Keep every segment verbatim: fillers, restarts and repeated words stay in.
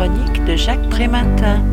chronique de Jacques Prématin.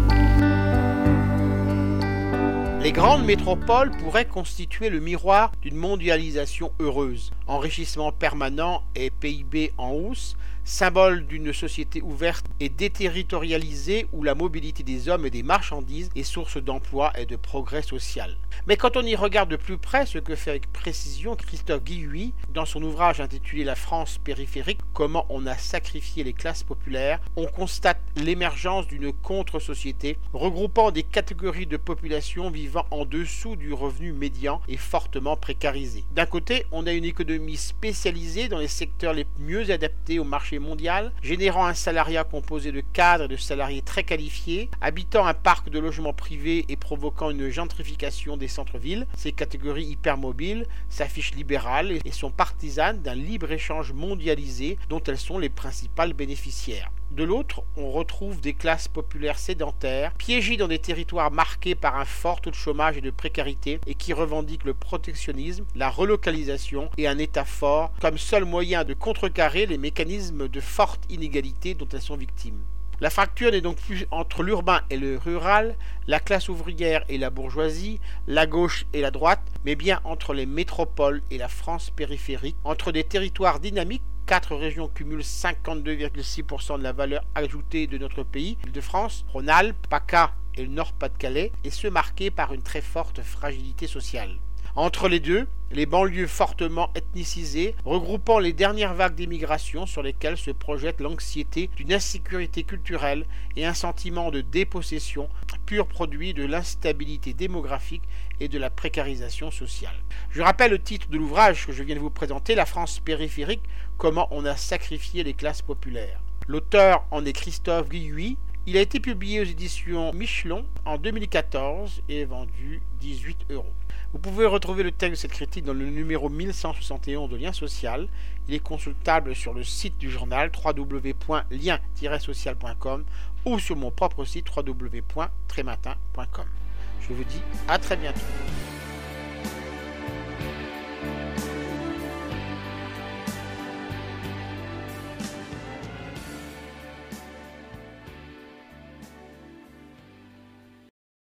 Les grandes métropoles pourraient constituer le miroir d'une mondialisation heureuse. Enrichissement permanent et P I B en hausse, symbole d'une société ouverte et déterritorialisée où la mobilité des hommes et des marchandises est source d'emploi et de progrès social. Mais quand on y regarde de plus près, ce que fait avec précision Christophe Guilluy dans son ouvrage intitulé La France périphérique, comment on a sacrifié les classes populaires, on constate l'émergence d'une contre-société regroupant des catégories de population vivant en dessous du revenu médian et fortement précarisées. D'un côté, on a une économie spécialisée dans les secteurs les mieux adaptés au marché mondial, générant un salariat composé de cadres et de salariés très qualifiés, habitant un parc de logements privés et provoquant une gentrification des centres-villes. Ces catégories hypermobiles s'affichent libérales et sont partisanes d'un libre-échange mondialisé dont elles sont les principales bénéficiaires. De l'autre, on retrouve des classes populaires sédentaires, piégées dans des territoires marqués par un fort taux de chômage et de précarité et qui revendiquent le protectionnisme, la relocalisation et un État fort comme seul moyen de contrecarrer les mécanismes de forte inégalité dont elles sont victimes. La fracture n'est donc plus entre l'urbain et le rural, la classe ouvrière et la bourgeoisie, la gauche et la droite, mais bien entre les métropoles et la France périphérique, entre des territoires dynamiques. Quatre régions cumulent cinquante-deux virgule six pour cent de la valeur ajoutée de notre pays, l'Île-de-France, Rhône-Alpes, PACA et le Nord-Pas-de-Calais, et ce marqué par une très forte fragilité sociale. Entre les deux, les banlieues fortement ethnicisées, regroupant les dernières vagues d'immigration sur lesquelles se projette l'anxiété d'une insécurité culturelle et un sentiment de dépossession, pur produit de l'instabilité démographique et de la précarisation sociale. Je rappelle le titre de l'ouvrage que je viens de vous présenter, La France périphérique, comment on a sacrifié les classes populaires. L'auteur en est Christophe Guilluy. Il a été publié aux éditions Michelon en deux mille quatorze et est vendu dix-huit euros. Vous pouvez retrouver le texte de cette critique dans le numéro mille cent soixante et onze de Lien Social. Il est consultable sur le site du journal w w w point lien tiret social point com ou sur mon propre site w w w point trématin point com. Je vous dis à très bientôt.